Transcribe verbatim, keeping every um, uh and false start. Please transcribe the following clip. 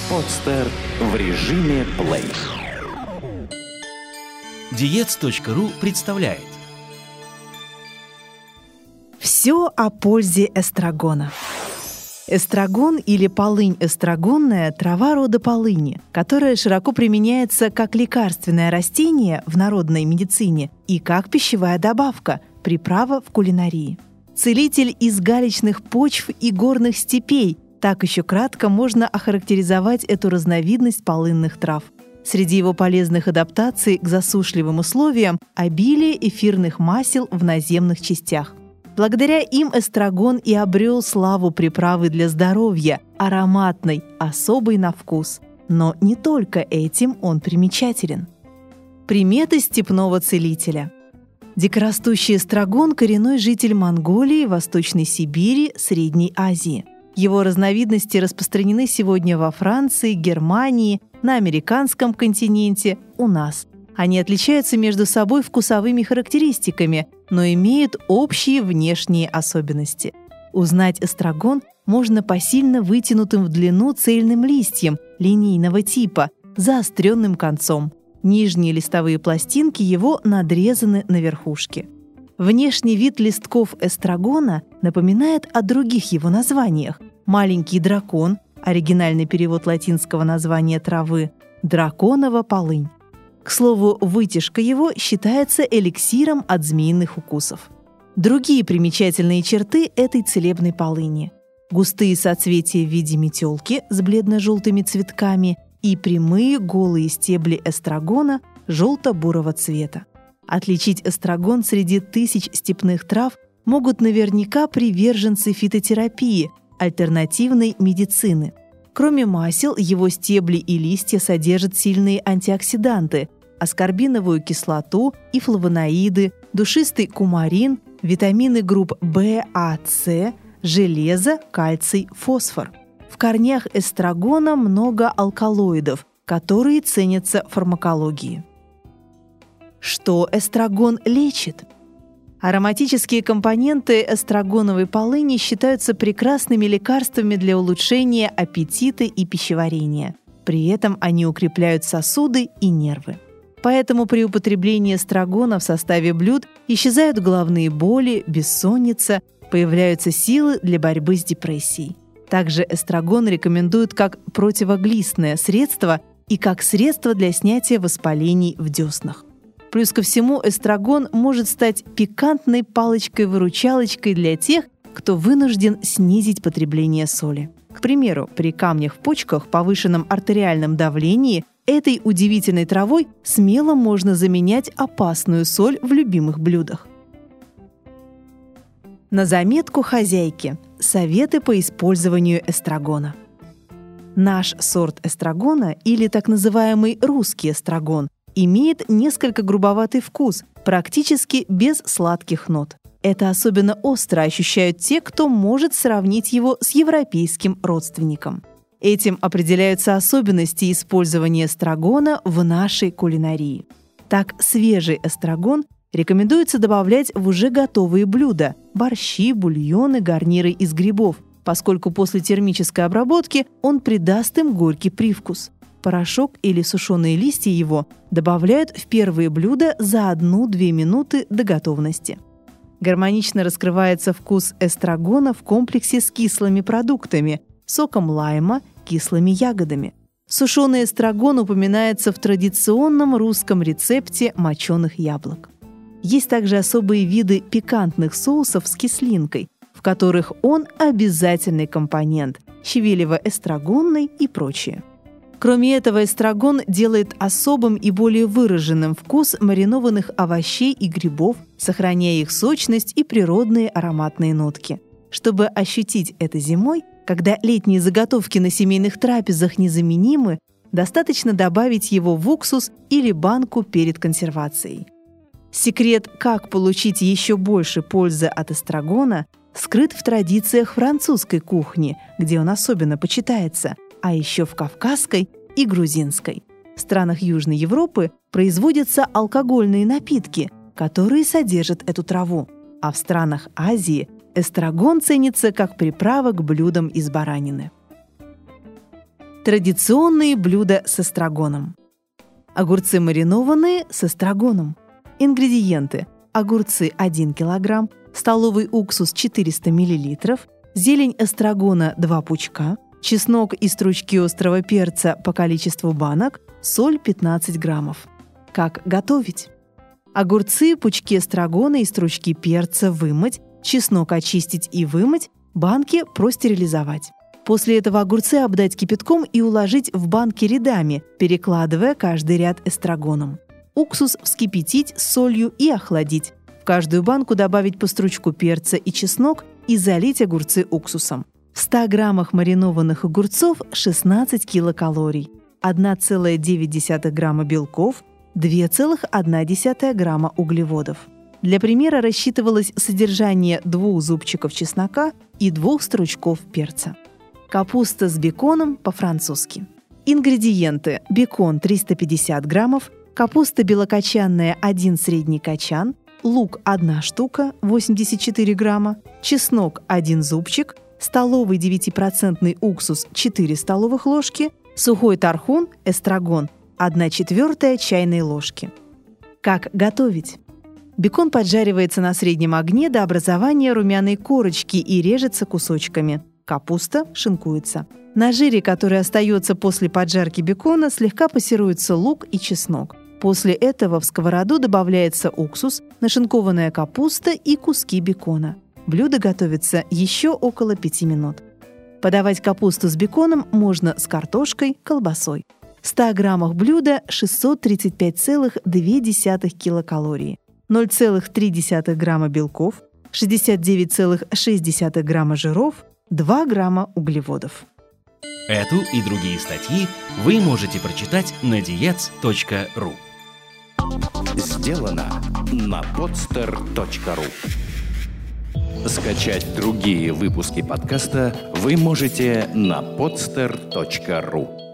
Подстер в режиме плей. Диетс точка ру представляет. Все о пользе эстрагона. Эстрагон или полынь эстрагонная – трава рода полыни, которая широко применяется как лекарственное растение в народной медицине и как пищевая добавка, приправа в кулинарии. Целитель из галечных почв и горных степей – так еще кратко можно охарактеризовать эту разновидность полынных трав. Среди его полезных адаптаций к засушливым условиям – обилие эфирных масел в наземных частях. Благодаря им эстрагон и обрел славу приправы для здоровья, ароматной, особой на вкус. Но не только этим он примечателен. Приметы степного целителя. Дикорастущий эстрагон – коренной житель Монголии, Восточной Сибири, Средней Азии. Его разновидности распространены сегодня во Франции, Германии, на американском континенте, у нас. Они отличаются между собой вкусовыми характеристиками, но имеют общие внешние особенности. Узнать эстрагон можно по сильно вытянутым в длину цельным листьям линейного типа, заостренным концом. Нижние листовые пластинки его надрезаны на верхушке. Внешний вид листков эстрагона напоминает о других его названиях. Маленький дракон, оригинальный перевод латинского названия травы, драконова полынь. К слову, вытяжка его считается эликсиром от змеиных укусов. Другие примечательные черты этой целебной полыни – густые соцветия в виде метелки с бледно-желтыми цветками и прямые голые стебли эстрагона желто-бурого цвета. Отличить эстрагон среди тысяч степных трав могут наверняка приверженцы фитотерапии, альтернативной медицины. Кроме масел, его стебли и листья содержат сильные антиоксиданты, аскорбиновую кислоту и флавоноиды, душистый кумарин, витамины групп В, А, С, железо, кальций, фосфор. В корнях эстрагона много алкалоидов, которые ценятся в фармакологии. Что эстрагон лечит? Ароматические компоненты эстрагоновой полыни считаются прекрасными лекарствами для улучшения аппетита и пищеварения. При этом они укрепляют сосуды и нервы. Поэтому при употреблении эстрагона в составе блюд исчезают головные боли, бессонница, появляются силы для борьбы с депрессией. Также эстрагон рекомендуют как противоглистное средство и как средство для снятия воспалений в деснах. Плюс ко всему, эстрагон может стать пикантной палочкой-выручалочкой для тех, кто вынужден снизить потребление соли. К примеру, при камнях в почках, повышенном артериальном давлении, этой удивительной травой смело можно заменять опасную соль в любимых блюдах. На заметку хозяйки. Советы по использованию эстрагона. Наш сорт эстрагона, или так называемый русский эстрагон, имеет несколько грубоватый вкус, практически без сладких нот. Это особенно остро ощущают те, кто может сравнить его с европейским родственником. Этим определяются особенности использования эстрагона в нашей кулинарии. Так, свежий эстрагон рекомендуется добавлять в уже готовые блюда – борщи, бульоны, гарниры из грибов, поскольку после термической обработки он придаст им горький привкус. Порошок или сушеные листья его добавляют в первые блюда за одну-две минуты до готовности. Гармонично раскрывается вкус эстрагона в комплексе с кислыми продуктами, соком лайма, кислыми ягодами. Сушеный эстрагон упоминается в традиционном русском рецепте моченых яблок. Есть также особые виды пикантных соусов с кислинкой, в которых он обязательный компонент – щавелево-эстрагонный и прочее. Кроме этого, эстрагон делает особым и более выраженным вкус маринованных овощей и грибов, сохраняя их сочность и природные ароматные нотки. Чтобы ощутить это зимой, когда летние заготовки на семейных трапезах незаменимы, достаточно добавить его в уксус или банку перед консервацией. Секрет, как получить еще больше пользы от эстрагона, скрыт в традициях французской кухни, где он особенно почитается, а еще в кавказской и грузинской. В странах Южной Европы производятся алкогольные напитки, которые содержат эту траву, а в странах Азии эстрагон ценится как приправа к блюдам из баранины. Традиционные блюда с эстрагоном. Огурцы маринованные с эстрагоном. Ингредиенты: огурцы один килограмм, столовый уксус четыреста миллилитров, зелень эстрагона два пучка, чеснок и стручки острого перца по количеству банок, соль пятнадцать граммов. Как готовить? Огурцы, пучки эстрагона и стручки перца вымыть, чеснок очистить и вымыть, банки простерилизовать. После этого огурцы обдать кипятком и уложить в банки рядами, перекладывая каждый ряд эстрагоном. Уксус вскипятить с солью и охладить. В каждую банку добавить по стручку перца и чеснок и залить огурцы уксусом. В ста граммах маринованных огурцов шестнадцать килокалорий, одна целая девять десятых грамма белков, два целых одна десятая грамма углеводов. Для примера рассчитывалось содержание двух зубчиков чеснока и двух стручков перца. Капуста с беконом по-французски. Ингредиенты: бекон триста пятьдесят граммов, капуста белокочанная один средний кочан, лук одна штука восемьдесят четыре грамма, чеснок один зубчик, столовый девятипроцентный уксус четыре столовых ложки, сухой тархун, эстрагон одна четвертая чайной ложки. Как готовить? Бекон поджаривается на среднем огне до образования румяной корочки и режется кусочками. Капуста шинкуется. На жире, который остается после поджарки бекона, слегка пассируется лук и чеснок. После этого в сковороду добавляется уксус, нашинкованная капуста и куски бекона. Блюдо готовится еще около пяти минут. Подавать капусту с беконом можно с картошкой, колбасой. В ста граммах блюда шестьсот тридцать пять целых две десятых килокалории, ноль целых три десятых грамма белков, шестьдесят девять целых шесть десятых грамма жиров, два грамма углеводов. Эту и другие статьи вы можете прочитать на диетс точка ру. Сделано на подстер точка ру. Скачать другие выпуски подкаста вы можете на подстер точка ру.